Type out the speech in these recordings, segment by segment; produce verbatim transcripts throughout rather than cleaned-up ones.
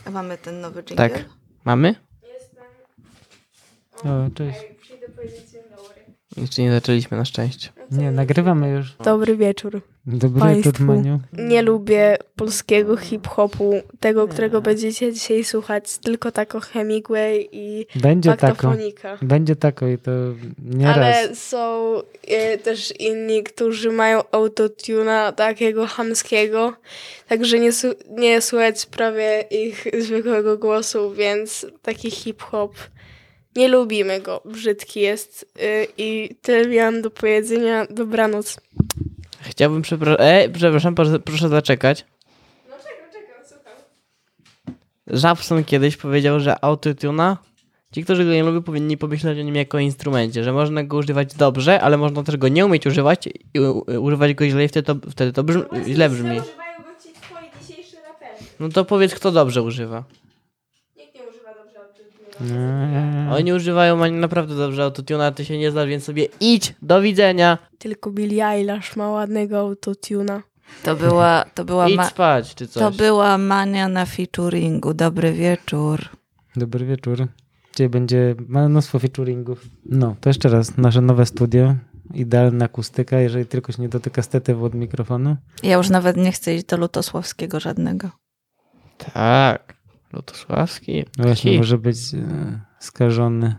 A mamy ten nowy dżingiel? Tak. Mamy? Jestem. O, cześć. Ej, przyjdę powiedzieć dzień dobry. Jeszcze nie zaczęliśmy na szczęście. Nie, nagrywamy już. Dobry wieczór. Dobry Państwu. wieczór, Maniu. Nie lubię polskiego hip-hopu, tego, którego będziecie dzisiaj słuchać, tylko tako Hemingway i Będzie tako. Faktofonika. Będzie tako i to nie Ale raz. są e, też inni, którzy mają autotuna takiego chamskiego, także nie, su- nie słychać prawie ich zwykłego głosu, więc taki hip-hop, nie lubimy go, brzydki jest e, i tyle miałam do powiedzenia. Dobranoc. Chciałbym przepraszam... E, przepraszam, proszę, proszę zaczekać. No czekam, czekam, słucham. Żabson kiedyś powiedział, że autotuna, ci, którzy go nie lubią, powinni pomyśleć o nim jako o instrumencie, że można go używać dobrze, ale można też go nie umieć używać i u- używać go źle i wtedy to, wtedy to brzmi, źle brzmi. Używają go ci twoi dzisiejsi raperzy. No to powiedz, kto dobrze używa. Nikt nie używa dobrze autotuna. Eee, Oni używają ani naprawdę dobrze autotuna, a ty się nie znasz, więc sobie idź, do widzenia, Tylko Billie Eilish ma ładnego autotuna. To była, to była, idź ma- spać, czy coś. to była Mania na featuringu. Dobry wieczór. Dobry wieczór. Dzisiaj będzie mnóstwo featuringów. No, to jeszcze raz. Nasze nowe studio. Idealna akustyka, jeżeli tylko się nie dotyka stetywu od mikrofonu. Ja już nawet nie chcę iść do Lutosławskiego żadnego. Tak, Lutosławski. Właśnie Ki. może być e, skażony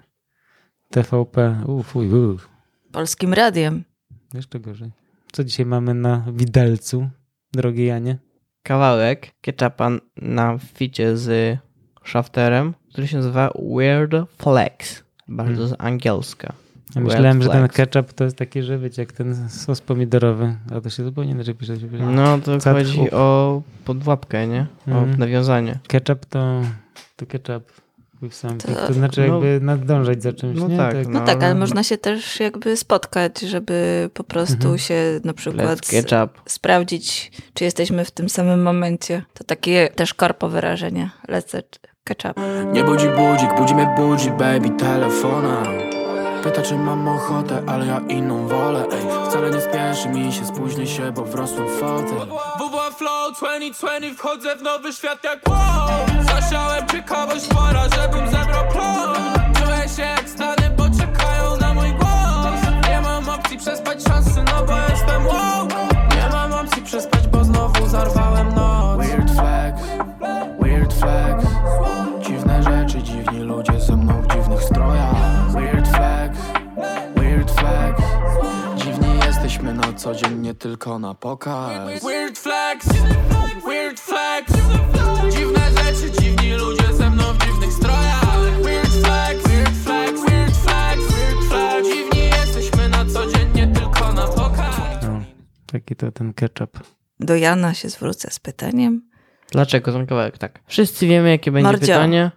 T V P. Uf, uj, uf. Polskim radiem. Jeszcze gorzej. Co dzisiaj mamy na widelcu, drogi Janie? Kawałek ketchupa na ficie z Shafterem, który się nazywa Weird Flex. Bardzo Hmm. z angielska. Ja myślałem, Weird że ten Flex. ketchup to jest taki, że wiecie, jak ten sos pomidorowy, a to się zupełnie inaczej pisze. No to Cat chodzi hoop. o podłapkę, nie? O Mhm. nawiązanie. Ketchup to, to ketchup with something. To, To- znaczy no- jakby nadążać za czymś, no nie? tak, No No, tak, ale no. można się też jakby spotkać, żeby po prostu Mhm. się na przykład Let's ketchup. sprawdzić, czy jesteśmy w tym samym momencie. To takie też korpo wyrażenie. Let's ketchup. Nie budzi budzik, budzi mnie budzi baby telefonem. Pyta czy mam ochotę, ale ja inną wolę. Ej, wcale nie spieszy mi się, spóźnię się, bo wrosłem w fotel. W W Flow dwadzieścia dwadzieścia, wchodzę w nowy świat jak wow. Zasiałem ciekawość, pora, żebym zebrał plon. Czuję się jak stany, bo czekają na mój głos. Nie mam opcji przespać szansy, no bo jestem wow. Nie mam opcji przespać, bo znowu zarwałem noc. Weird flex, weird flex. Dziwne rzeczy, dziwni ludzie ze mną w dziwnych strojach. Weird flex, weird flex. Dziwni jesteśmy na co dzień, nie tylko na pokaz. Weird flex, weird flex. Dziwne rzeczy, dziwni ludzie ze mną w dziwnych strojach. Weird flex, weird flex, weird flex, weird flex. Dziwni jesteśmy na co dzień, nie tylko na pokaz. No, taki to ten ketchup. Do Jana się zwrócę z pytaniem. Dlaczego ten kawałek tak? Wszyscy wiemy, jakie będzie Mordzio. pytanie.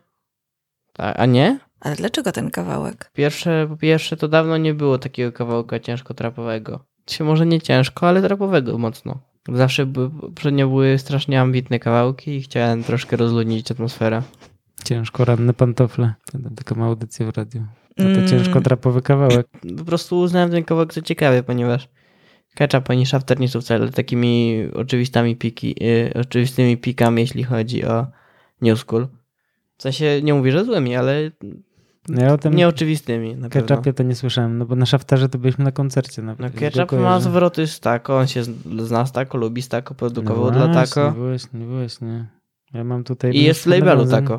Tak, a nie? Ale dlaczego ten kawałek? Pierwsze, po pierwsze, to dawno nie było takiego kawałka ciężko trapowego. Się może nie ciężko, ale trapowego mocno. Zawsze by, poprzednio były strasznie ambitne kawałki i chciałem troszkę rozluźnić atmosferę. Ciężko ranne pantofle. Będę taką audycję w radiu. To, to Mm. ciężko drapowy kawałek. Po prostu uznałem ten kawałek za ciekawy, ponieważ Ketchup ani Shafter nie są wcale takimi oczywistymi piki, yy, oczywistymi pikami, jeśli chodzi o New School. W sensie nie mówię, że złymi, ale Ja o tym nieoczywistymi na pewno. ketchupie to nie słyszałem, no bo na Shafterze to byliśmy na koncercie. No Nawet, Ketchup ma zwroty z Taco, on się zna z Taco, lubi z Taco, produkował dla Taco. Nie byłeś, nie byłeś, nie. Ja mam tutaj... I jest w labelu Taco.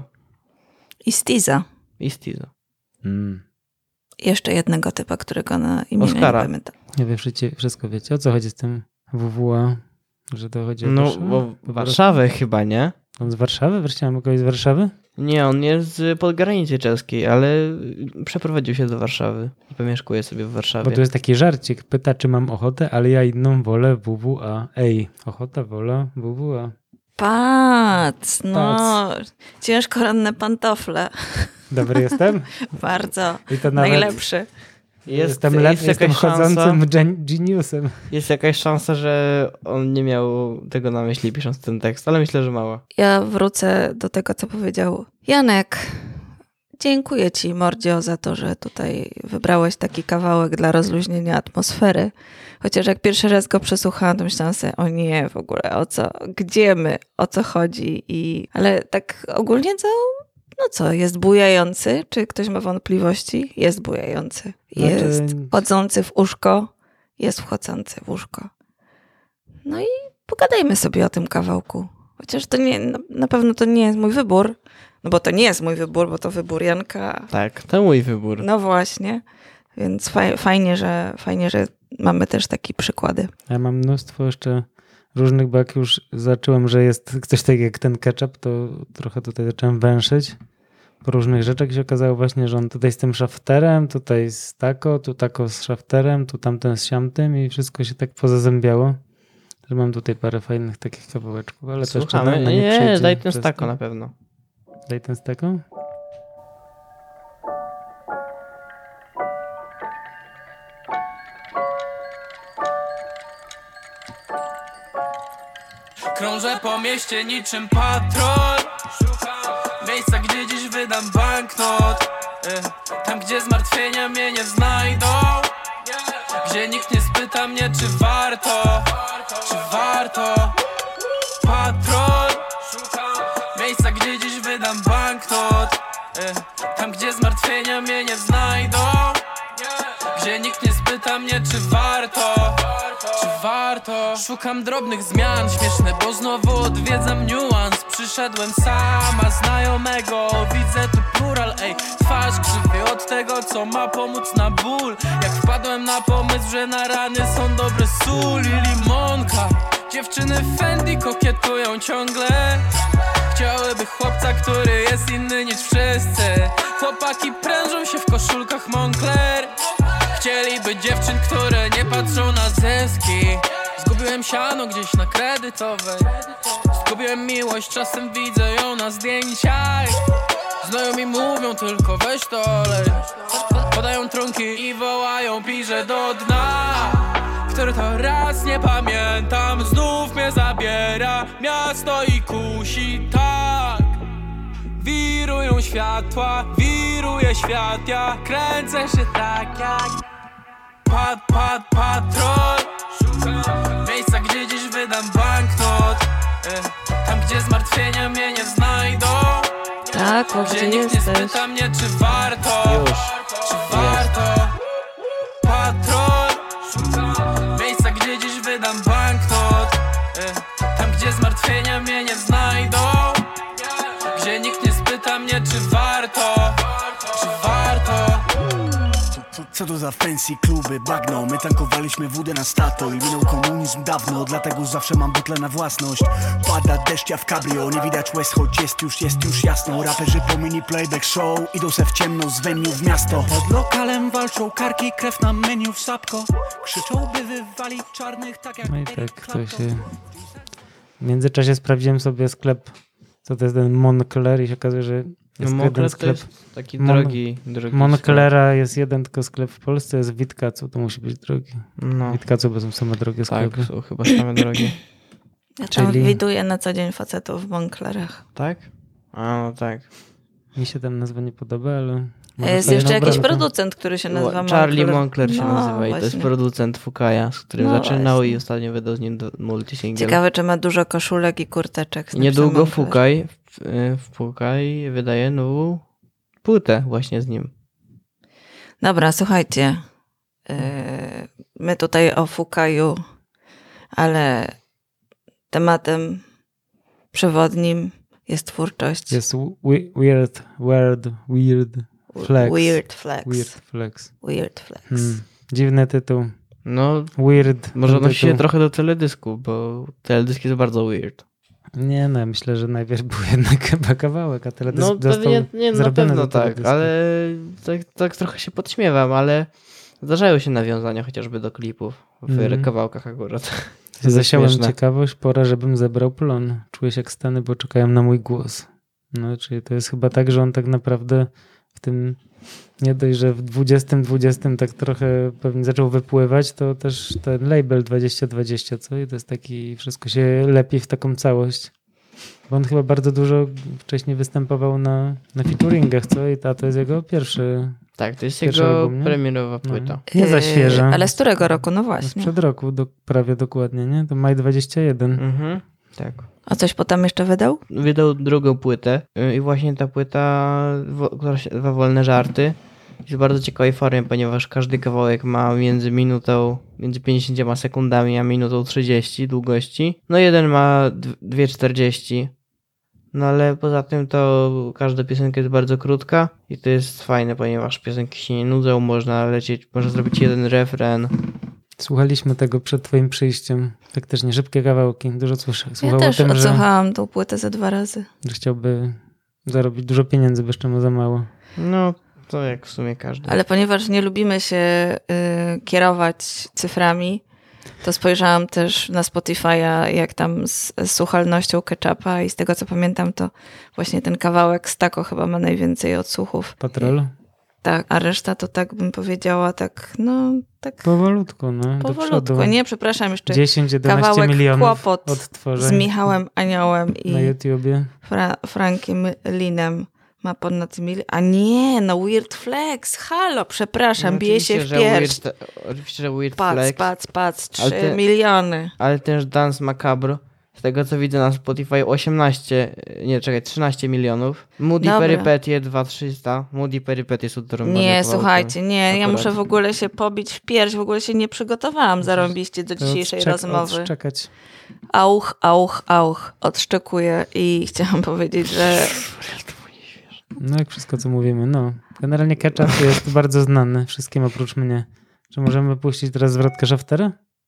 I Stiza. I Stizo. Mm. Jeszcze jednego typa, którego na imię nie Oscara. pamiętam. Nie wy wszyscy, wszystko wiecie. O co chodzi z tym W W A? Że to chodzi o No, Warszawę? bo Po prostu- Warszawę chyba, nie? On z Warszawy? Wreszcie mamy kogoś z Warszawy? Nie, on jest z podgranicy czeskiej, ale przeprowadził się do Warszawy i pomieszkuje sobie w Warszawie. Bo tu jest taki żarcik. Pyta, czy mam ochotę, ale ja inną wolę W W A. Ej, ochota, wola, W W A. Pac, no. Ciężko ranne pantofle. Dobry jestem? Bardzo. I to nawet Najlepszy. Jest, jestem, lep, jest jestem jakaś szansa, chodzącym gen- geniusem. jest jakaś szansa, że on nie miał tego na myśli pisząc ten tekst, ale myślę, że mała. Ja wrócę do tego, co powiedział Janek. dziękuję ci, Mordzio, za to, że tutaj wybrałeś taki kawałek dla rozluźnienia atmosfery. Chociaż jak pierwszy raz go przesłuchałam, to myślałam sobie, o nie, w ogóle, o co, gdzie my, o co chodzi. I... Ale tak ogólnie to, no co, jest bujający? Czy ktoś ma wątpliwości? Jest bujający. Jest Znaczy... wchodzący w uszko, jest wchodzący w uszko. No i pogadajmy sobie o tym kawałku. Chociaż to nie, na pewno to nie jest mój wybór, no bo to nie jest mój wybór, bo to wybór Janka. Tak, to mój wybór. No właśnie, więc faj, fajnie, że, fajnie, że mamy też takie przykłady. Ja mam mnóstwo jeszcze różnych, bo jak już zacząłem, że jest coś takiego jak ten ketchup, to trochę tutaj zacząłem węszyć po różnych rzeczach i się okazało właśnie, że on tutaj z tym szafterem, tutaj z tako, tu tako z szafterem, tu tamten z siamtym i wszystko się tak pozazębiało. Że mam tutaj parę fajnych takich kawałeczków, ale to jeszcze na, na nie, nie przejdzie daj ten przez stako to. na pewno. Daj ten stako? Krążę po mieście niczym patrol. Miejsca, gdzie dziś wydam banknot. Tam, gdzie zmartwienia mnie nie znajdą. Gdzie nikt nie spyta mnie, czy warto. Czy warto. Patrol. Miejsca, gdzie dziś wydam banknot. Tam, gdzie zmartwienia mnie nie znajdą. Gdzie nikt nie spyta mnie, czy warto. Czy warto? Szukam drobnych zmian, śmieszne, bo znowu odwiedzam niuans. Przyszedłem sama, znajomego, widzę tu plural, ej. Twarz krzywy od tego, co ma pomóc na ból. Jak wpadłem na pomysł, że na rany są dobre sól i limonka. Dziewczyny Fendi kokietują ciągle. Chciałyby chłopca, który jest inny niż wszyscy. Chłopaki prężą się w koszulkach Moncler. Chcieliby dziewczyn, które nie patrzą na zyski. Zgubiłem siano gdzieś na kredytowej. Zgubiłem miłość, czasem widzę ją na zdjęciach. Znajomi mówią tylko weź to olej. Podają trunki i wołają piże do dna. Który to raz nie pamiętam, znów mnie zabiera miasto i kusi tak. Wirują światła, wiruje świat, ja kręcę się tak jak Pat, pat, patrol. Miejsca, gdzie dziś wydam banknot. Tam, gdzie zmartwienia mnie nie znajdą. Tak, o, gdzie gdzie nikt jesteś? nie spyta mnie, czy warto. Już. Czy warto. Patrol. Miejsca, gdzie dziś wydam banknot. Tam, gdzie zmartwienia mnie nie znajdą. Gdzie nikt nie spyta mnie, czy warto. Czy warto. Co to za fancy kluby, bagno. My tankowaliśmy wódę na Statoil. Minął komunizm dawno, dlatego zawsze mam butlę na własność. Pada deszcz, w cabrio, nie widać łez, choć jest już, jest już jasno. Raperzy po mini playback show idą se w ciemno z venue w miasto. Pod lokalem walczą karki, krew na menu w sapko. Krzyczą, by wywalić czarnych tak jak No i Eric tak to Clapton. się... W międzyczasie sprawdziłem sobie sklep, co to jest ten Moncler i się okazuje, że jest No, jeden to sklep. jest taki Mon- drogi, drogi Monclera jest jeden tylko sklep w Polsce, jest w Witkacu, to musi być drogi. sklep. No, W Witkacu, bo są same drogie tak, sklepy. są chyba same drogie. Ja tam Czyli- widuję na co dzień facetów w Monclerach. Tak? A, no tak. Mi się tam nazwa nie podoba, ale... może Jest fajną jeszcze jakiś brankę. producent, który się nazywa Moncler. Charlie Moncler się No, nazywa i to jest właśnie. producent Fukaja, z którym No zaczynał właśnie. i ostatnio wydał z nim do- multisingiel. Ciekawe, czy ma dużo koszulek i kurteczek. z Niedługo napisem Moncler. Fukaj, w- Fukaj wydaje nową płytę właśnie z nim. Dobra, słuchajcie. Yy, my tutaj o Fukaju, ale tematem przewodnim jest twórczość. Jest we- weird, weird, weird flex. Weird Flex. Weird flex. Weird Flex. Hmm. Dziwny tytuł. No, Weird. może ten odnosi się tytuł. trochę do teledysku, bo teledysk jest bardzo weird. Nie no, myślę, że najpierw był jednak chyba kawałek, a teledysk No został pewnie, nie, na zrobiony pewno do tak, teledysku. ale tak, tak trochę się podśmiewam, ale zdarzają się nawiązania chociażby do klipów w Mhm. kawałkach akurat. To jest Zasiałem śmieszne. ciekawość, pora, żebym zebrał plon. Czuję się jak Stany, bo czekają na mój głos. No, czyli to jest chyba tak, że on tak naprawdę w tym, nie dość, że w dwudziestym dwudziestym tak trochę pewnie zaczął wypływać, to też ten label dwadzieścia dwadzieścia, co? I to jest taki, wszystko się lepi w taką całość. Bo on chyba bardzo dużo wcześniej występował na, na featuringach, co? I ta to jest jego pierwszy... Tak, to jest Pierwszy jego album, nie? premierowa płyta. No. Nie za świeża. Ale z którego roku? No właśnie. Sprzed roku, do, prawie dokładnie, nie? To maj dwudziesty jeden. Mhm, tak. A coś potem jeszcze wydał? Wydał drugą płytę i właśnie ta płyta, wo- która się nazywa Wolne Żarty, jest w bardzo ciekawej formie, ponieważ każdy kawałek ma między minutą, między pięćdziesięcioma sekundami a minutą trzydzieści długości. No jeden ma dwie czterdzieści. No ale poza tym to każda piosenka jest bardzo krótka i to jest fajne, ponieważ piosenki się nie nudzą, można lecieć, można zrobić jeden refren. Słuchaliśmy tego przed twoim przyjściem. Faktycznie szybkie kawałki. Dużo słyszę. Ja Słuchał też o tym, że, odsłuchałam tą płytę ze dwa razy. że chciałby zarobić dużo pieniędzy, bo jeszcze mu za mało. No to jak w sumie każdy. Ale ponieważ nie lubimy się y, kierować cyframi, to spojrzałam też na Spotify'a, jak tam z, z słuchalnością Ketchupa i z tego co pamiętam, to właśnie ten kawałek z Taco chyba ma najwięcej odsłuchów. Patrol? I, tak, a reszta to tak bym powiedziała, tak no, tak Powolutku, no. do powolutku. przodu. Nie, przepraszam, jeszcze dziesięć jedenaście kawałek milionów Kłopot odtworzeń z Michałem Aniołem na i YouTubie. Fra- Frankiem Linem ma ponad milion. A nie, no Weird Flex, halo, przepraszam, No, bije się w oczywiście, pierś. że Weird, oczywiście, że Weird Pac, Flex, pac, pac, trzy Ale ty- miliony. ale też Dance Macabre. Z tego co widzę na Spotify osiemnaście, nie czekaj, trzynaście milionów. Moody Dobra. Perypetie dwa tysiące trzysta. Moody Perypetie są to Nie, słuchajcie, nie, ja Akurat. muszę w ogóle się pobić w pierś, w ogóle się nie przygotowałam zarąbiście do To dzisiejszej odczek- rozmowy. Odczekać. Auch, auch, auch, odszczekuję i chciałam powiedzieć, że No jak wszystko, co mówimy. No. Generalnie Ketchup jest bardzo znany wszystkim oprócz mnie. Czy możemy puścić teraz zwrotkę Shaftera?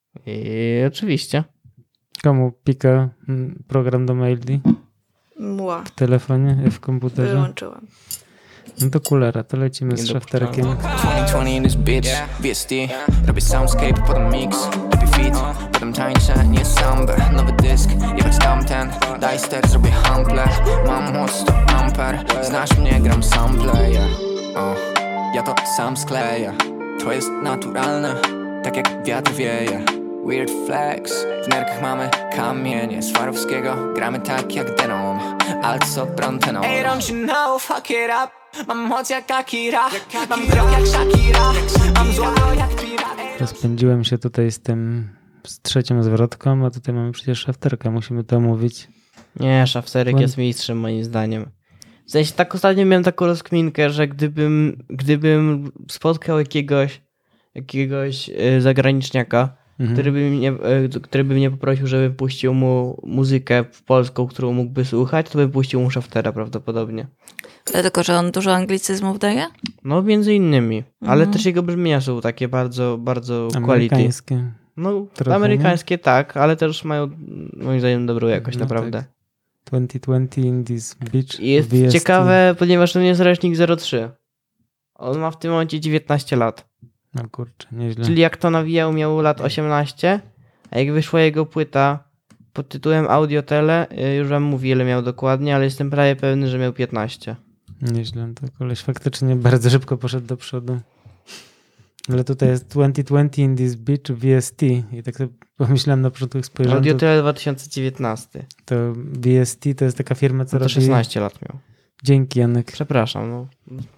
I oczywiście. Komu pika mm, program do maili mła, w telefonie, w komputerze? wyłączyłam. No to kulera, to lecimy Nie z dopuszczalne. Shafterkiem. twenty twenty in this bitch, V S T Robię soundscape, potem mix, robię feat Potem tańczę, nie sambę, nowy dysk Jebać tamten, daj ster, zrobię hample Mam moc sto amper, znasz mnie, gram sample yeah. O, ja to sam skleję To jest naturalne, tak jak wiatr wieje Weird flex, w nerkach mamy kamienie Swarowskiego, gramy tak jak Denon Also Brontenon Hey, don't you know, fuck it up Mam moc jak Akira, mam wzrok jak Shakira Mam złoto jak pirat. Rozpędziłem się tutaj z tym, z trzecią zwrotką, a tutaj mamy przecież Shafterka, musimy to omówić. Nie, Szafterek Bo- jest mistrzem moim zdaniem. W sensie tak ostatnio miałem taką rozkminkę, że gdybym, gdybym spotkał jakiegoś jakiegoś y, zagraniczniaka, Mhm. który, by mnie, y, który by mnie poprosił, żebym puścił mu muzykę polską, którą mógłby słuchać, to bym puścił mu Shaftera prawdopodobnie. Dlatego, że on dużo anglicyzmów daje? No między innymi, ale Mhm. też jego brzmienia są takie bardzo, bardzo quality. Amerykańskie. No Trochę, amerykańskie tak, ale też mają moim zdaniem dobrą jakość No naprawdę. tak. dwutysiące dwudziesty in this beach. I jest V S T. ciekawe, ponieważ to nie jest rocznik zero trzy. On ma w tym momencie dziewiętnaście lat. No kurczę, nieźle. Czyli jak to nawijał, miał lat osiemnaście, a jak wyszła jego płyta pod tytułem Audiotele, y, już wam mówię ile miał dokładnie, ale jestem prawie pewny, że miał piętnaście. Nieźle, to koleś faktycznie bardzo szybko poszedł do przodu. Ale tutaj jest dwutysiące dwudziesty in this beach V S T i tak sobie pomyślałem na początku, jak spojrzałem, to, Audiotele dwa tysiące dziewiętnasty. to V S T to jest taka firma, co No to robi... szesnaście lat miał. Dzięki, Janek. Przepraszam, no.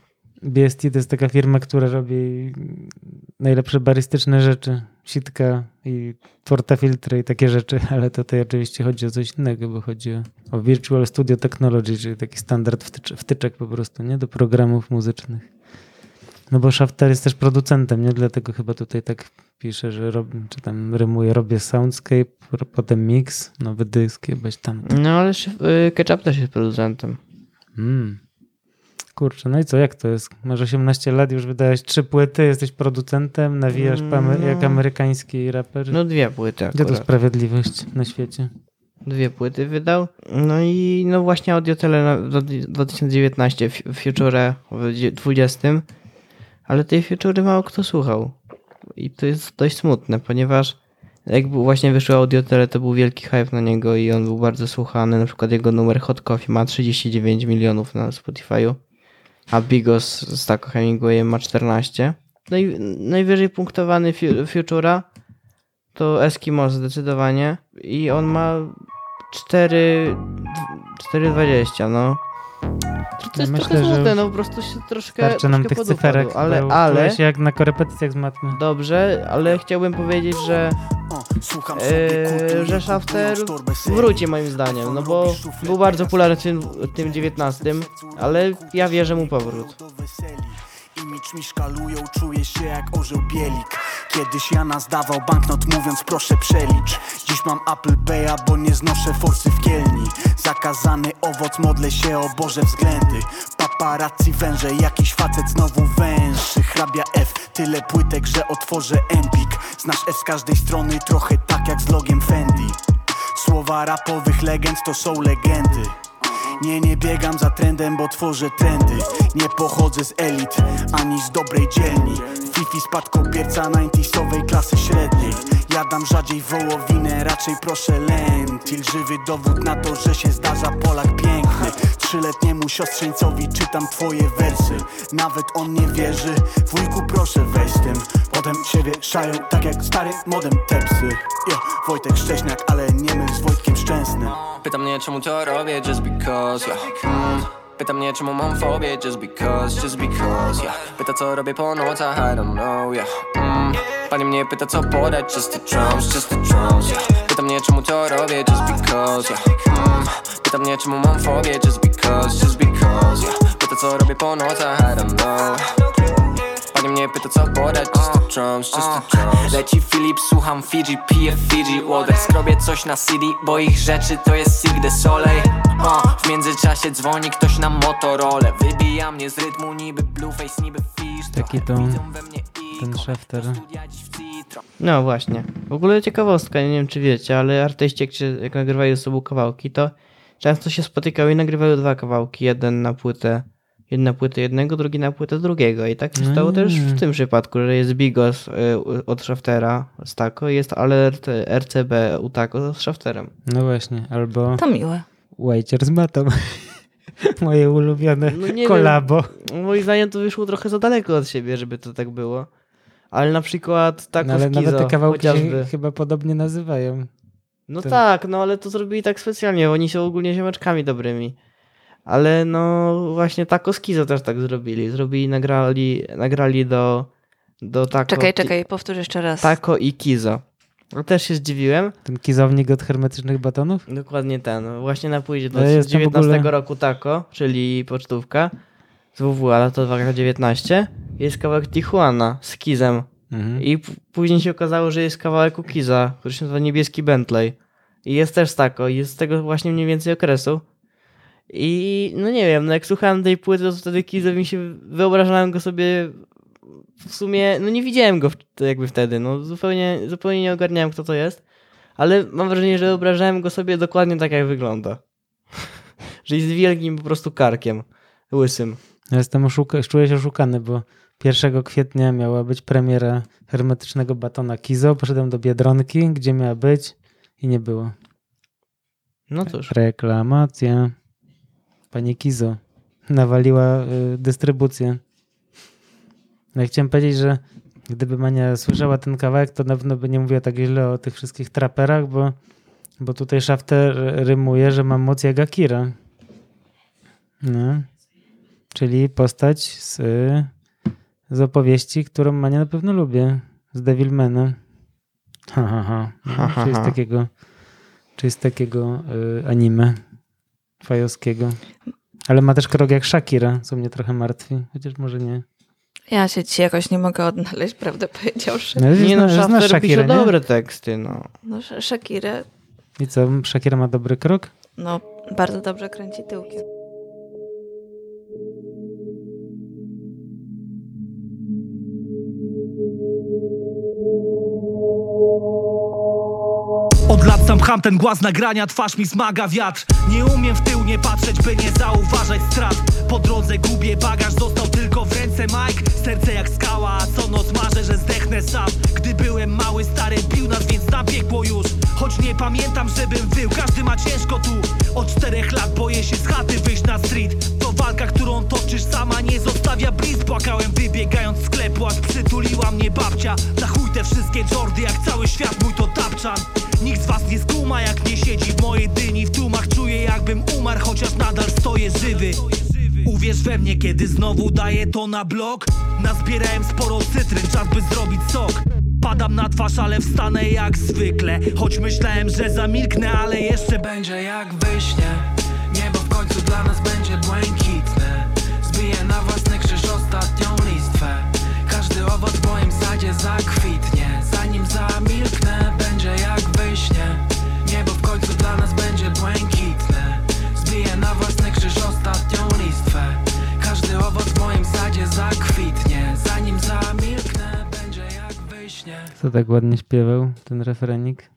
B S T to jest taka firma, która robi najlepsze barystyczne rzeczy. Sitka i portafiltry i takie rzeczy, ale tutaj oczywiście chodzi o coś innego, bo chodzi o, o Virtual Studio Technology, czyli taki standard wtycz, wtyczek po prostu, nie? Do programów muzycznych. No bo Shafter jest też producentem, nie? Dlatego chyba tutaj tak pisze, że robię, czy tam rymuje, robię soundscape, potem mix, nowy dysk, jebać tam. No ale y, Ketchup też jest producentem. Mm. Kurczę, no i co, jak to jest? Masz osiemnaście lat, już wydałeś trzy płyty, jesteś producentem, nawijasz po amery- No. jak amerykański raper. No dwie płyty Gdzie tu akurat. sprawiedliwość na świecie? Dwie płyty wydał. No i no właśnie Audiotele na do- dwa tysiące dziewiętnaście, w Future w dzie- dwudziestym. Ale tej Future mało kto słuchał. I to jest dość smutne, ponieważ jak był- właśnie wyszły Audiotele, to był wielki hype na niego i on był bardzo słuchany. Na przykład jego numer Hot Coffee ma trzydzieści dziewięć milionów na Spotify'u, a Bigos z Taco Hemingwayem ma czternaście. No i najwyżej punktowany Fu- Futura to Eskimo zdecydowanie i on ma cztery dwadzieścia, no. To jest Ja trochę myślę, że smutne, no po prostu się troszkę, starczy nam troszkę tych podupadł, cyferek, ale, bo ale, czuję się jak na korepetycjach z matmy. dobrze, ale chciałbym powiedzieć, że Eee, że Shafter wróci moim zdaniem, no bo był bardzo popularny w tym, w tym dziewiętnastym, ale ja wierzę mu powrót. Imidż mi szkalują, czuję się jak orzeł bielik. Kiedyś Jana zdawał banknot mówiąc proszę przelicz. Dziś mam Apple Pay'a, bo nie znoszę forsy w Kielni. Zakazany owoc, modlę się o Boże względy. Paparazzi węże, jakiś facet znowu węży. Hrabia F, tyle płytek, że otworzę Empik. Znasz F z każdej strony, trochę tak jak z logiem Fendi. Słowa rapowych legend to są legendy. Nie, nie biegam za trendem, bo tworzę trendy. Nie pochodzę z elit, ani z dobrej dzielni. Fifi spadkobierca dziewięćdziesiątowej klasy średniej. Jadam rzadziej wołowinę, raczej proszę lentil. Żywy dowód na to, że się zdarza Polak piękny. Trzyletniemu siostrzeńcowi czytam twoje wersy. Nawet on nie wierzy, wujku proszę weź z tym. Potem się wieszają tak jak starym modem tepsy. Yo, Wojtek Szcześniak, ale nie myl z Wojtkiem Szczęsnym. Pyta mnie czemu to robię, just because, yeah. mm. Pyta mnie czemu mam fobię, just because, just because, yeah. Pyta co robię po nocach, I don't know, yeah. mm. Pani mnie pyta co podać, just the drums, just the drums, yeah. Pyta mnie czemu to robię, just because, yeah. mm. Pyta mnie czemu mam fobię, just because, just because, yeah. Pyta co robię po nocach, I don't know. Pani mnie pyta co podać, just the drums, just the drums. Leci Filip, słucham Fiji, piję Fiji Water. Skrobię coś na C D, bo ich rzeczy to jest Cirque du Soleil. uh, W międzyczasie dzwoni ktoś na Motorola. Wybija mnie z rytmu niby Blueface, niby Fish. Taki to ten Shafter. No właśnie. W ogóle ciekawostka, nie wiem czy wiecie, ale artyści jak, się, jak nagrywają ze sobą kawałki, to często się spotykają i nagrywają dwa kawałki. Jeden na płytę Jedna płytę jednego, drugi na płytę drugiego. I tak się stało Mm. też w tym przypadku, że jest Bigos y, od Shaftera z Taco, jest Alert R C B u Taco z Shafterem. No właśnie, albo To miłe. Wajcier z matą. Moje ulubione No nie kolabo. wiem, moim zdaniem to wyszło trochę za daleko od siebie, żeby to tak było. Ale na przykład Taco No, ale z Kizo, nawet te kawałki chociażby. się chyba podobnie nazywają. No ten- tak, no ale to zrobili tak specjalnie, oni są ogólnie ziomeczkami dobrymi. Ale no właśnie Taco z Kizo też tak zrobili. Zrobili, nagrali, nagrali do, do Taco. Czekaj, czekaj, powtórz jeszcze raz. Taco i Kizo. No też się zdziwiłem. Ten kizownik od hermetycznych batonów? Dokładnie ten. Właśnie na płycie do Ja jestem w dziewiętnastego ogóle- roku Taco, czyli pocztówka z W W A lata dwa tysiące dziewiętnaście. Jest kawałek Tijuana z Kizem. Mhm. I p- później się okazało, że jest kawałek u Kiza, który się nazywa Niebieski Bentley. I jest też Taco. I jest z tego właśnie mniej więcej okresu. I no nie wiem, no jak słuchałem tej płyty, to wtedy Kizo mi się, wyobrażałem go sobie w sumie, no nie widziałem go w, jakby wtedy, no zupełnie, zupełnie nie ogarniałem kto to jest, ale mam wrażenie, że wyobrażałem go sobie dokładnie tak jak wygląda. Że jest wielkim po prostu karkiem, łysym. Ja jestem oszuka- czuję się oszukany, bo pierwszego kwietnia miała być premiera hermetycznego batona Kizo. Poszedłem do Biedronki, gdzie miała być i nie było. No cóż. Reklamacja. Pani Kizo nawaliła y, dystrybucję. No i chciałem powiedzieć, że gdyby Mania słyszała ten kawałek, to na pewno by nie mówiła tak źle o tych wszystkich traperach, bo, bo tutaj Shafter rymuje, że mam moc jak Akira. No. Czyli postać z, z opowieści, którą Mania na pewno lubię. Z Devilmana. Ha, ha, ha. No, Ha, ha, czyli z ha. takiego, czyli z takiego y, anime fajowskiego. Ale ma też krok jak Shakira, co mnie trochę martwi. Chociaż może nie. Ja się dzisiaj jakoś nie mogę odnaleźć, prawdę powiedziawszy. No, Nie no, zna- znasz Shafter pisze Shakirę, nie? dobre teksty, no. No, Sh- Shakirę, I co, Shakira ma dobry krok? no, bardzo dobrze kręci tyłki. Od lat sam pcham ten głaz nagrania, twarz mi smaga wiatr. Nie umiem w tył nie patrzeć, by nie zauważać strat. Po drodze gubię bagaż, został tylko w ręce Mike. Serce jak skała, a co noc marzę, że zdechnę sam. Gdy byłem mały, stary bił nas, więc nabiegło już. Choć nie pamiętam, żebym wył, każdy ma ciężko tu. Od czterech lat boję się z chaty wyjść na street. To walka, którą toczysz sama, nie zostawia bliz. Płakałem wybiegając z sklepu, aż przytuliła mnie babcia. Na chuj te wszystkie Jordy, jak cały świat mój to tapczan. Nikt z was nie skuma, jak nie siedzi w mojej dyni. dumach czuję, jakbym umarł, chociaż nadal stoję żywy. Uwierz we mnie, kiedy znowu daję to na blok. Nazbierałem sporo cytryn, czas by zrobić sok. Padam na twarz, ale wstanę jak zwykle. Choć myślałem, że zamilknę, ale jeszcze Będzie jak we śnie. Niebo w końcu dla nas będzie błękitne. Zbiję na własny krzyż ostatnią listwę. Każdy owoc w moim sadzie zakwitnie. Zanim zamilknę, będzie jak we śnie. Niebo w końcu dla nas będzie błękitne. Zbiję na własny krzyż ostatnią listwę. Każdy owoc w moim sadzie zakwitnie. Zanim zamilknę, będzie jak we śnie. Kto tak ładnie śpiewał ten refrenik?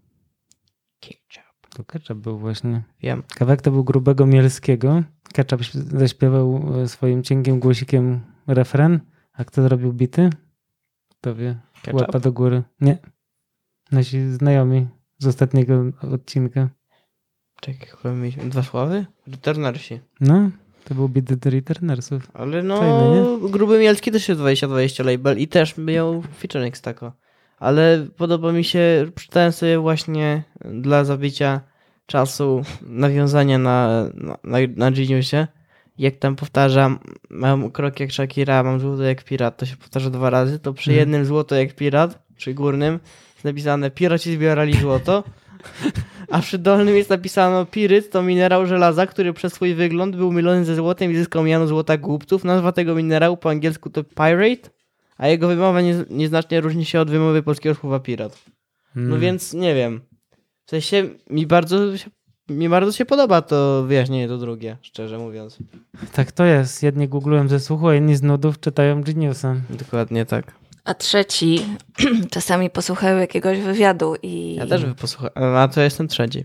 Ketchup. To Ketchup był właśnie. Wiem. Kawałek to był Grubego Mielskiego. Ketchup zaśpiewał swoim cienkim głosikiem refren. A kto zrobił bity? Kto wie? Ketchup? Łapa do góry. Nie. Nasi znajomi z ostatniego odcinka. Czekaj, chyba mieliśmy dwa słowy? Returnersi. No, to był bit do Returnersów. Ale no, Fajne, Gruby Mielski też jest dwadzieścia dwadzieścia label i też miał featuring z tako. Ale podoba mi się, przeczytałem sobie właśnie dla zabicia czasu nawiązania na, na, na, na Geniusie. Jak tam powtarzam, mam krok jak Shakira, mam złoto jak pirat, to się powtarza dwa razy, to przy Mhm. jednym złoto jak pirat, przy górnym jest napisane piraci zbierali złoto, a przy dolnym jest napisano piryt to minerał żelaza, który przez swój wygląd był mylony ze złotem i zyskał miano złota głupców. Nazwa tego minerału po angielsku to pirate, a jego wymowa nie, nieznacznie różni się od wymowy polskiego słowa pirat. No Mm. więc nie wiem. W sensie mi bardzo się, mi bardzo się podoba to wyjaśnienie to drugie, szczerze mówiąc. Tak to jest. Jedni googlują ze słuchu, a inni z nudów czytają Geniusa. Dokładnie tak. A trzeci czasami posłuchają jakiegoś wywiadu i... Ja też posłuchałem, a to ja jestem trzeci.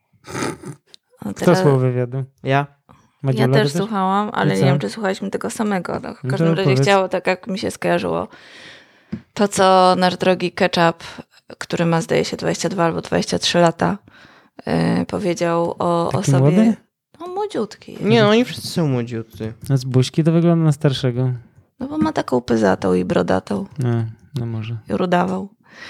O, Kto teraz- słuchał wywiadu? Ja? Ja Madziula też też? słuchałam, ale I nie co? wiem, czy słuchaliśmy tego samego. No, w No każdym to razie powiedz. chciało, tak jak mi się skojarzyło, to co nasz drogi Ketchup, który ma zdaje się dwadzieścia dwa albo dwadzieścia trzy lata, yy, powiedział o, Taki o sobie. młody? No młodziutki. Nie, no oni wszyscy są młodziutcy. A z buźki to wygląda na starszego. No bo ma taką pyzatą i brodatą. No, no może. I rudawał.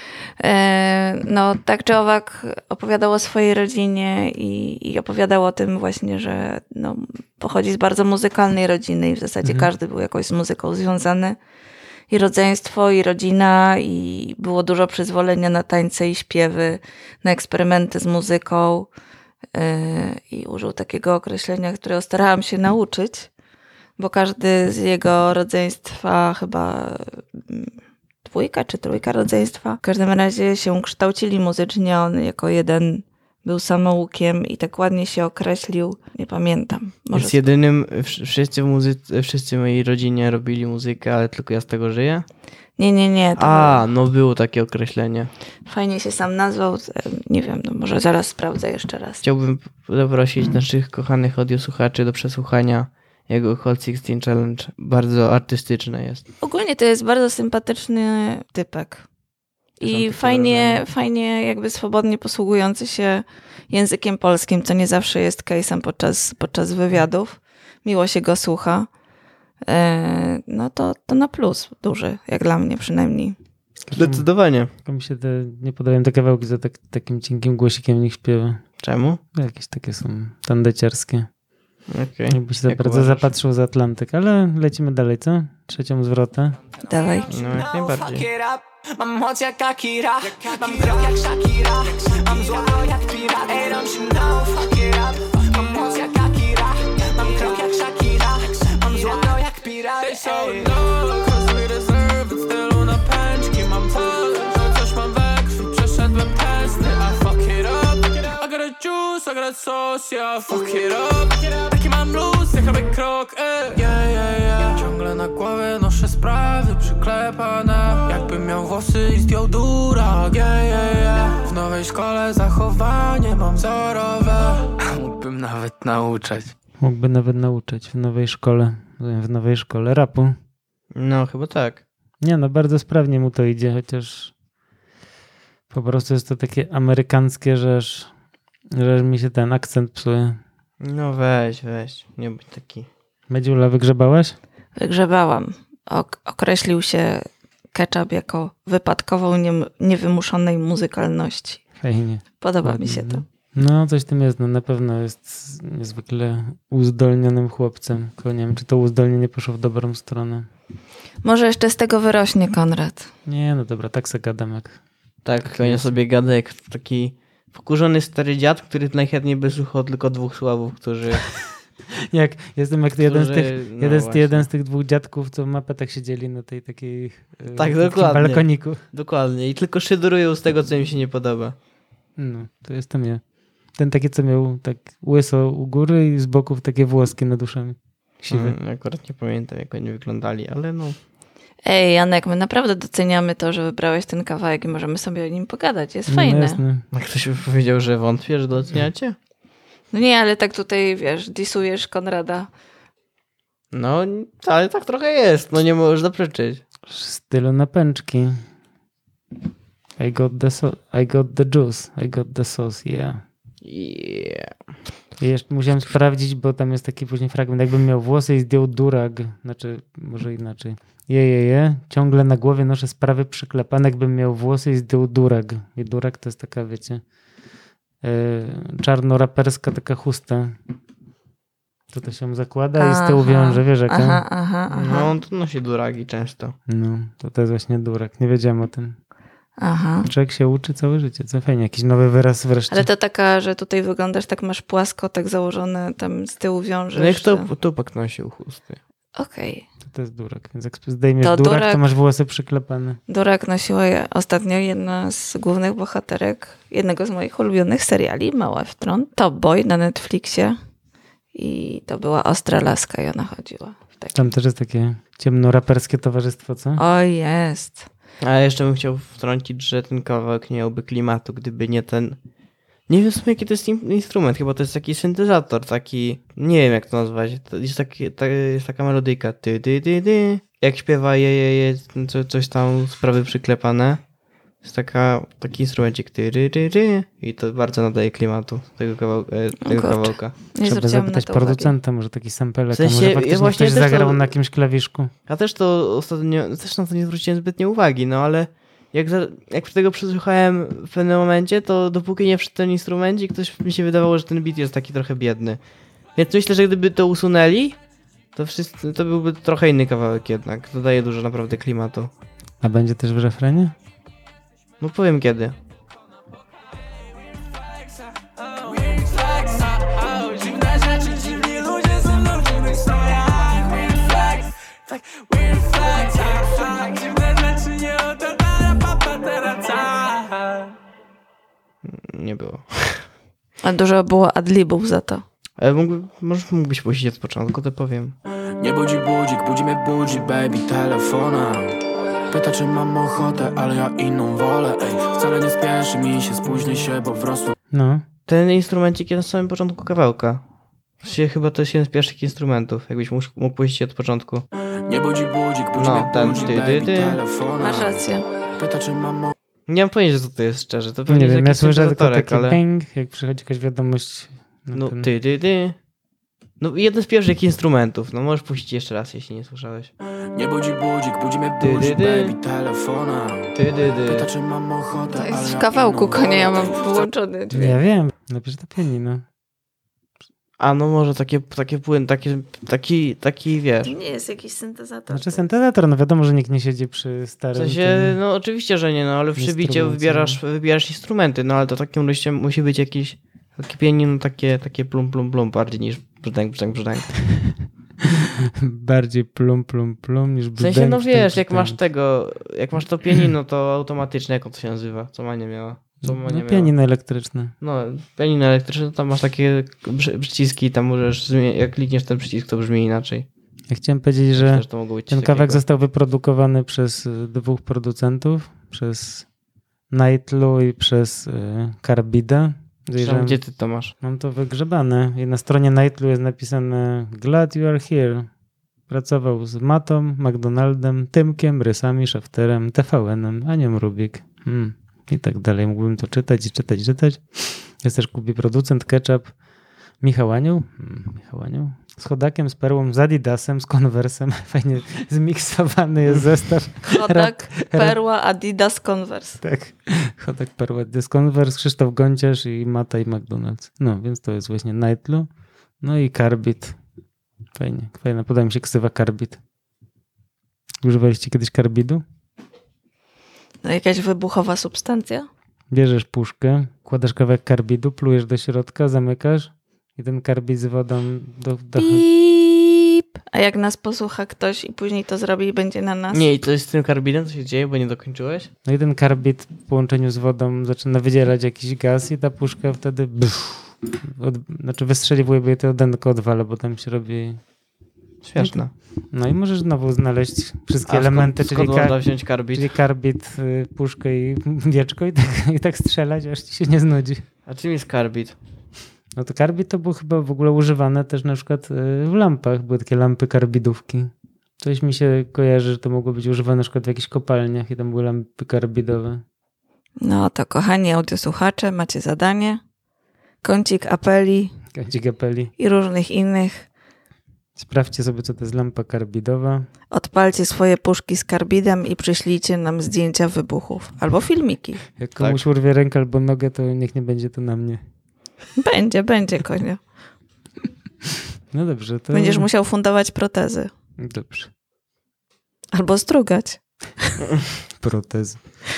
E, No tak czy owak opowiadał o swojej rodzinie i, i opowiadał o tym właśnie, że no, pochodzi z bardzo muzykalnej rodziny i w zasadzie Mhm. każdy był jakoś z muzyką związany. I rodzeństwo, i rodzina, i było dużo przyzwolenia na tańce i śpiewy, na eksperymenty z muzyką. E, I użył takiego określenia, którego starałam się nauczyć, bo każdy z jego rodzeństwa chyba mm, dwójka czy trójka rodzeństwa. W każdym razie się kształcili muzycznie, on jako jeden był samoukiem i tak ładnie się określił. Nie pamiętam. Może Jest jedynym, wsz- wszyscy w muzyce, wszyscy w mojej rodzinie robili muzykę, ale tylko ja z tego żyję? Nie, nie, nie. To A, no było takie określenie. fajnie się sam nazwał. Nie wiem, no może zaraz sprawdzę jeszcze raz. Chciałbym zaprosić naszych kochanych audiosłuchaczy do przesłuchania jego Hot sixteen Challenge. Bardzo artystyczne jest. Ogólnie to jest bardzo sympatyczny typek. Też mam I takie fajnie, wrażenie. fajnie jakby swobodnie posługujący się językiem polskim, co nie zawsze jest case'em podczas, podczas wywiadów. Miło się go słucha. E, no to, to na plus duży, jak dla mnie przynajmniej. Zdecydowanie. Tylko mi się te, nie podobają te kawałki za tak, takim cienkim głosikiem niech śpiewa. Czemu? Jakieś takie są tandeciarskie. Okej. Jakby się za Jak bardzo uważasz? zapatrzył za Atlantyk, ale lecimy dalej, co? Trzecią zwrotę. Dawaj. No jak najbardziej. Mam moc jak Akira, mam krok jak Shakira, mam złoto jak pirat. Ej, don't you know, fuck it up. Mam moc jak Akira, mam krok jak Shakira, mam złoto jak pirat. Ej, so no, cause we deserve it. Stylu na pęczki mam cel, że coś mam we krwi, przeszedłem testy. I fuck it up, I got a juice, I got a sauce, yeah, fuck it up. Taki mam luz, jak robię krok, ey. Yeah, yeah, yeah. Ciągle na głowie noszę sprawy przyklepane, jakbym miał włosy i zdjął durak, yeah, yeah, yeah. W nowej szkole zachowanie mam wzorowe, mógłbym nawet nauczać. Mógłby nawet nauczać w nowej szkole, w nowej szkole rapu. No chyba tak. Nie no, bardzo sprawnie mu to idzie, chociaż po prostu jest to takie amerykańskie, że aż, że aż mi się ten akcent psuje. No weź, weź. Nie bądź taki. Medziula, wygrzebałaś? Wygrzebałam. Ok- określił się Ketchup jako wypadkową nie- niewymuszonej muzykalności. Fajnie. Podoba Ładnie, mi się to. no. No, coś w tym jest. No, na pewno jest niezwykle uzdolnionym chłopcem. Tylko nie wiem, czy to uzdolnienie poszło w dobrą stronę. Może jeszcze z tego wyrośnie Konrad. Nie, no dobra, tak se gadam jak... Tak, konia sobie gada jak taki wkurzony stary dziad, który najchętniej by słuchał tylko dwóch sławów, którzy... Jak jestem jak jeden, z Którzy- tych, no jeden, z, właśnie. jeden z tych dwóch dziadków, co w mapetach siedzieli na tej takiej e, Tak, takim dokładnie. balkoniku. Dokładnie. I tylko szydurują z tego, co im się nie podoba. No, to jestem ja. Ten taki, co miał tak łyso u góry i z boków takie włoski nad uszami. Siwe. Mm, akurat nie pamiętam, jak oni wyglądali, ale no... Ej, Janek, my naprawdę doceniamy to, że wybrałeś ten kawałek i możemy sobie o nim pogadać. Jest No, fajne. jasne. A ktoś by powiedział, że wątpię, że doceniacie? No nie, ale tak tutaj, wiesz, disujesz Konrada. No, ale tak trochę jest. No nie możesz zaprzeczyć. W stylu napęczki. I got the so- I got the juice. I got the sauce, yeah. Yeah. I jeszcze musiałem sprawdzić, bo tam jest taki później fragment, jakbym miał włosy i zdjął durag, znaczy może inaczej. Je, je, je, ciągle na głowie noszę sprawy przyklepane, jakbym miał włosy i zdjął durag. I durag to jest taka, wiecie, yy, czarno-raperska taka chusta. To to się zakłada i z tyłu Aha, wiąże, wiesz jaka? Aha, aha, aha. No, on to nosi duragi często. No, to to jest właśnie durag. Nie wiedziałem o tym. Aha. Człowiek się uczy całe życie, co fajnie, jakiś nowy wyraz wreszcie. Ale to taka, że tutaj wyglądasz, tak masz płasko, tak założone, tam z tyłu wiążesz. No jak to że- Tupak nosił chusty. Okej. To, to jest durag, więc jak zdejmiesz To durag, durag- to masz włosy przyklepane. Durek nosiła je ostatnio jedna z głównych bohaterek jednego z moich ulubionych seriali, Mała w Tron, Top Boy na Netflixie. I to była ostra laska i ona chodziła w takim. Tam też jest takie ciemno-raperskie towarzystwo, co? O, jest. A jeszcze bym chciał wtrącić, że ten kawałek nie miałby klimatu, gdyby nie ten... Nie wiem w sumie jaki to jest in- instrument, chyba to jest taki syntezator, taki... Nie wiem jak to nazwać, to jest, taki, ta, jest taka melodyjka. Ty, ty, ty, ty. Jak śpiewa je, je, je co, coś tam, sprawy przyklepane. Jest taka, taki instrumencik. Ty, ty, ty, ty. I to bardzo nadaje klimatu tego, kawał, e, tego kurczę. kawałka. Nie Trzeba zwróciłam na zapytać to uwagi. producenta, może taki sampelek, W sensie, a może ja faktycznie właśnie ktoś też to- zagrał na jakimś klawiszku. Ja też to ostatnio, też na to nie zwróciłem zbytnio uwagi, no ale jak, za, jak tego przesłuchałem w pewnym momencie, to dopóki nie wszedł ten instrumencik, ktoś mi się wydawało, że ten beat jest taki trochę biedny. Więc myślę, że gdyby to usunęli, to, wszyscy, to byłby trochę inny kawałek jednak. Dodaje dużo naprawdę klimatu. A będzie też w refrenie? No powiem kiedy. Nie było. A dużo było adlibów za to. Ale mógłby, może mógłbyś puścić od początku, to powiem. Nie budzi budzik, budzi mnie budzi, baby, telefonem. Pyta, czy mam ochotę, ale ja inną wolę, ej. Wcale nie spieszy mi się, spóźnię się, bo wrosłem. No. Ten instrumencik jest na samym początku kawałka. Właściwie chyba to jest jeden z pierwszych instrumentów, jakbyś mógł, mógł puścić od początku. Nie budzi budzik, budzi No, mnie ten budzi, ty, ty, baby, ty. telefonem. Masz rację. Pyta, czy mam ochotę. Nie mam pojęcia, co to jest szczerze. To Nie pewnie jest wiem, ja jakiś słyszę tylko syntezatorek, taki ale... ping, jak przychodzi jakaś wiadomość. na No ten- ty, ty, ty. No jeden z pierwszych instrumentów. No możesz puścić jeszcze raz, jeśli nie słyszałeś. Nie budzi budzik, budzi mnie Ty, budzi, ty, ty. baby, telefonem. Ty, ty, Pyta, ty. czy mam ochotę, To jest ale w ja kawałku inną konia, ja wolę, mam ej. wyłączony dźwięk. Ja wiem, napisz to pianino. A no może takie, takie płyn, takie, taki, taki wiesz. Nie jest jakiś syntezator. Znaczy syntezator, no wiadomo, że nikt nie siedzi przy W starym... sensie, tym- no oczywiście, że nie, no ale w przybicie Instrumencie. wybierasz, wybierasz instrumenty, no ale to takim liście musi być jakiś takie pianino, takie, takie plum, plum, plum bardziej niż brzdęk, brzdęk, brzdęk. Bardziej plum, plum, plum niż W sensie, no brzdęk, wiesz, jak brzdęk. masz tego, jak masz to pianino, to automatycznie, jak on to się nazywa, co Mania miała. Co Mania No miała. pianino elektryczne. No, pianino elektryczne, tam masz takie przy- przyciski, tam możesz, zmie- jak klikniesz ten przycisk, to brzmi inaczej. Ja chciałem powiedzieć, że Myślę, że to mogło być ten coś kawałek takiego. został wyprodukowany przez y, dwóch producentów, przez Nightlu i przez y, Carbida. Przepraszam, gdzie ty to masz? Mam to wygrzebane i na stronie Nightlu jest napisane Glad you are here. Pracował z Matą, McDonaldem, Tymkiem, Rysami, Szafterem, T V N-em, Anią Rubik hmm. i tak dalej. Mógłbym to czytać i czytać i czytać. Jest też Kubi producent, Ketchup, Michał Anioł? Hmm, Michał Anioł. Z Chodakiem, z Perłą, z Adidasem, z Conversem. Fajnie zmiksowany jest zestaw. Chodak, Perła, Adidas, Converse. Tak. Chodak, Perła, Adidas, Converse, Krzysztof Gonciarz i Mata i McDonald's. No, więc to jest właśnie Nightlu. No i Carbit. Fajnie, fajnie. Podoba mi się ksywa Carbit. Używaliście kiedyś karbidu? No jakaś wybuchowa substancja? Bierzesz puszkę, kładasz kawałek karbidu, plujesz do środka, zamykasz i ten karbid z wodą do... do... Pip. A jak nas posłucha ktoś i później to zrobi i będzie na nas? Nie, i to jest z tym karbidem, co się dzieje, bo nie dokończyłeś? No i ten karbid w połączeniu z wodą zaczyna wydzielać jakiś gaz i ta puszka wtedy bff, od, znaczy wystrzeliwuje, bo je to odenko odwala, bo tam się robi... Śmieszne. No i możesz znowu znaleźć wszystkie A elementy, skąd, czyli, skąd kar- można wziąć karbid? czyli karbid, y, puszkę i wieczko i tak, i tak strzelać, aż ci się nie znudzi. A czym jest karbid? No to karbid to było chyba w ogóle używane też na przykład y, w lampach. Były takie lampy karbidówki. Coś mi się kojarzy, że to mogło być używane na przykład w jakichś kopalniach i tam były lampy karbidowe. No to kochani audiosłuchacze, macie zadanie. Kącik apeli Kącik apeli. i różnych innych. Sprawdźcie sobie, co to jest lampa karbidowa. Odpalcie swoje puszki z karbidem i przyślijcie nam zdjęcia wybuchów. Albo filmiki. Jak komuś tak. urwie rękę albo nogę, to niech nie będzie to na mnie. Będzie, będzie, konio. No dobrze. To... Będziesz musiał fundować protezy. Dobrze. Albo strugać. Protezy.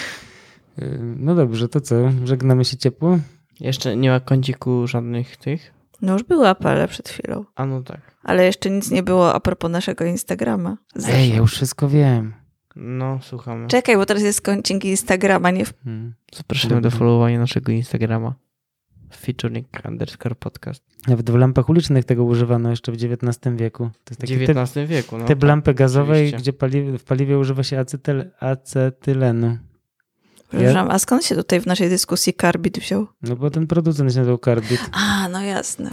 No dobrze, to co? Żegnamy się ciepło? Jeszcze nie ma kąciku żadnych tych? No już były apele przed chwilą. A no tak. Ale jeszcze nic nie było a propos naszego Instagrama. Zresztą. Ej, ja już wszystko wiem. No, słuchamy. Czekaj, bo teraz jest kącik Instagrama, nie... W... Hmm. Zapraszamy do followowania naszego Instagrama. Featuring underscore podcast. Nawet w lampach ulicznych tego używano jeszcze w dziewiętnastym wieku. To jest taki w dziewiętnastym typ, wieku, no. Typ tak, lampy gazowej, oczywiście. gdzie pali- w paliwie używa się acetyl- acetylenu. Przepraszam, a skąd się tutaj w naszej dyskusji karbid wziął? No bo ten producent się nazywał karbid. A, no jasne.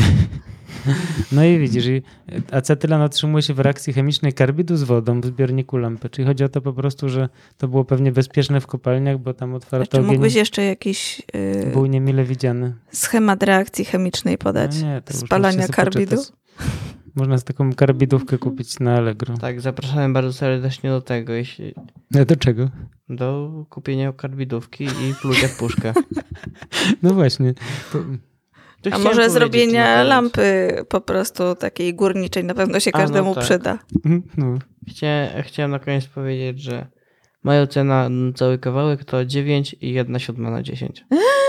No i widzisz, i acetylen otrzymuje się w reakcji chemicznej karbidu z wodą w zbiorniku lampy. Czyli chodzi o to po prostu, że to było pewnie bezpieczne w kopalniach, bo tam otwarto Czy ogień. mógłbyś jeszcze jakiś yy, Był niemile widziany. schemat reakcji chemicznej podać? No nie, to spalania karbidu? Poczytać. Można z taką karbidówkę kupić na Allegro. Tak, zapraszamy bardzo serdecznie do tego, jeśli... No do czego? Do kupienia karbidówki i plucia w puszkę. No właśnie. To... To A może zrobienia lampy po prostu takiej górniczej na pewno się A, każdemu no tak. przyda. No. Chciałem, chciałem na koniec powiedzieć, że moja ocena na cały kawałek to dziewięć i jedna siódma na dziesięć.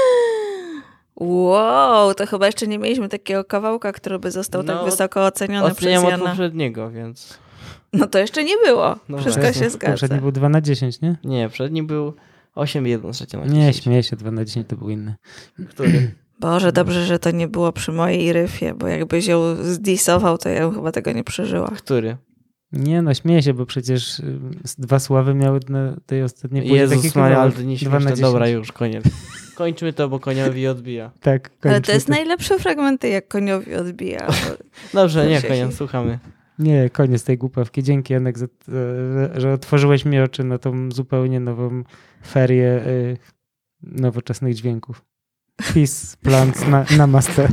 Wow, to chyba jeszcze nie mieliśmy takiego kawałka, który by został No, tak wysoko oceniony Oceniam przez od Jana. poprzedniego, więc... No to jeszcze nie było. No Wszystko właśnie. się zgadza. Poprzedni był dwa na dziesięć, nie? Nie, przedni był osiem i jedna trzecia na Nie, dziesięć. śmieję się, dwa na dziesięć to był inny. Który? Boże, dobrze, że to nie było przy mojej ryfie, bo jakbyś ją zdisował, to ja bym chyba tego nie przeżyła. Który? Nie no, śmieję się, bo przecież y, dwa sławy miały na tej ostatniej płycie Jezus taki Maria, ale kawałek, to nie dwa na śmieszne. dziesięć. Dobra, już, koniec. Kończmy to, bo koniowi odbija. Tak, Ale kończmy to jest najlepsze fragmenty, jak koniowi odbija. Bo... Dobrze, nie, się- koniec, słuchamy. Nie, koniec tej głupawki. Dzięki, Janek, za, że, że otworzyłeś mi oczy na tą zupełnie nową ferię y, nowoczesnych dźwięków. Peace, plants, na, namaste.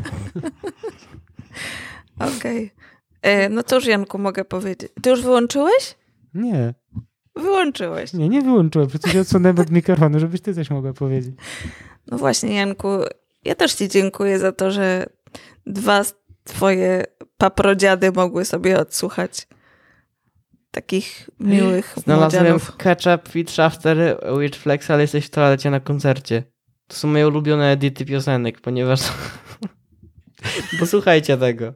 Okej. E, No to już, Janku, mogę powiedzieć. Ty już wyłączyłeś? Nie, Wyłączyłeś. nie, nie wyłączyłem. Przecież odsunąłem od mikrofonu, żebyś ty coś mogła powiedzieć. No właśnie, Janku, ja też ci dziękuję za to, że dwa twoje paprodziady mogły sobie odsłuchać takich miłych Znalazłem młodzianów. Ketchup, Fit Shafter, Witch Flex, ale jesteś w toalecie na koncercie. To są moje ulubione edyty piosenek, ponieważ... Posłuchajcie tego.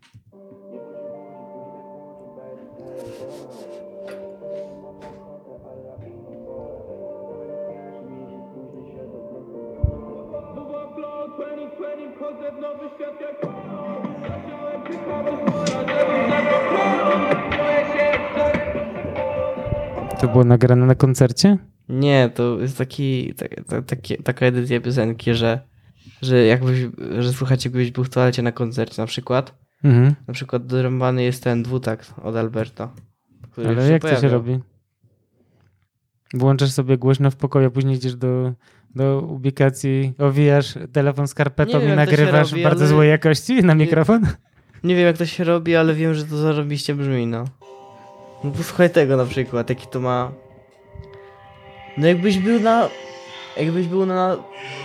To było nagrane na koncercie? Nie, to jest taki, ta, ta, taki, taka edycja piosenki, że, że jakbyś, że słuchacie, gdybyś był w toalecie na koncercie na przykład. Mhm. Na przykład dorąbany jest ten dwutakt od Alberta. który już Ale jak to się pojawiał. robi? Włączasz sobie głośno w pokoju, a później idziesz do, do ubikacji, owijasz telefon skarpetą Nie wiem, i jak to się nagrywasz robi, w bardzo ale- złej jakości na mikrofon? Nie wiem jak to się robi, ale wiem, że to zarobiście brzmi, no. No posłuchaj tego na przykład, jaki to ma... No jakbyś był na... Jakbyś był na...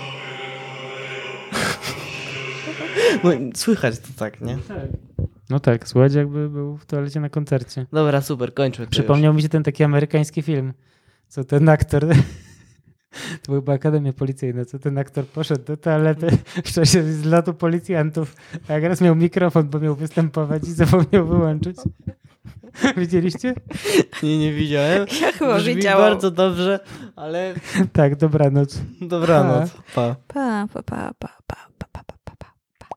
No słychać to tak, nie? No tak, słuchaj, jakby był w toalecie na koncercie. Dobra, super, kończmy to Przypomniał już. mi się ten taki amerykański film, co ten aktor... To była Akademia Policyjna, co ten aktor poszedł do toalety w czasie zlotu policjantów, a jak raz miał mikrofon, bo miał występować i zapomniał wyłączyć. Widzieliście? Nie, nie widziałem. Ja chyba Brzmi widziałam. bardzo dobrze, ale Tak, dobranoc. dobranoc. Pa. Pa, pa, pa, pa, pa.